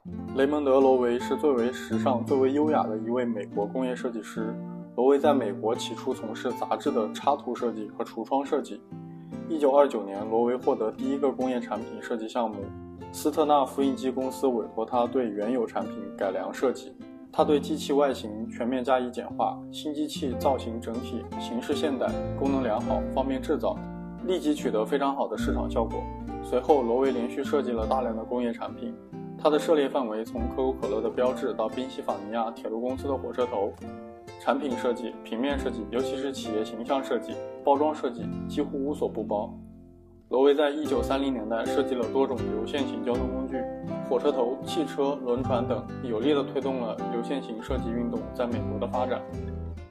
雷蒙德·罗维是最为时尚、最为优雅的一位美国工业设计师。罗维在美国起初从事杂志的插图设计和橱窗设计。1929年，罗维获得第一个工业产品设计项目，斯特纳复印机公司委托他对原有产品改良设计。他对机器外形全面加以简化，新机器造型整体形式现代，功能良好，方便制造，立即取得非常好的市场效果。随后，罗维连续设计了大量的工业产品，他的涉猎范围从可口可乐的标志到宾夕法尼亚铁路公司的火车头。产品设计、平面设计，尤其是企业形象设计、包装设计，几乎无所不包。罗维在1930年代设计了多种流线型交通工具，火车头、汽车、轮船等，有力地推动了流线型设计运动在美国的发展。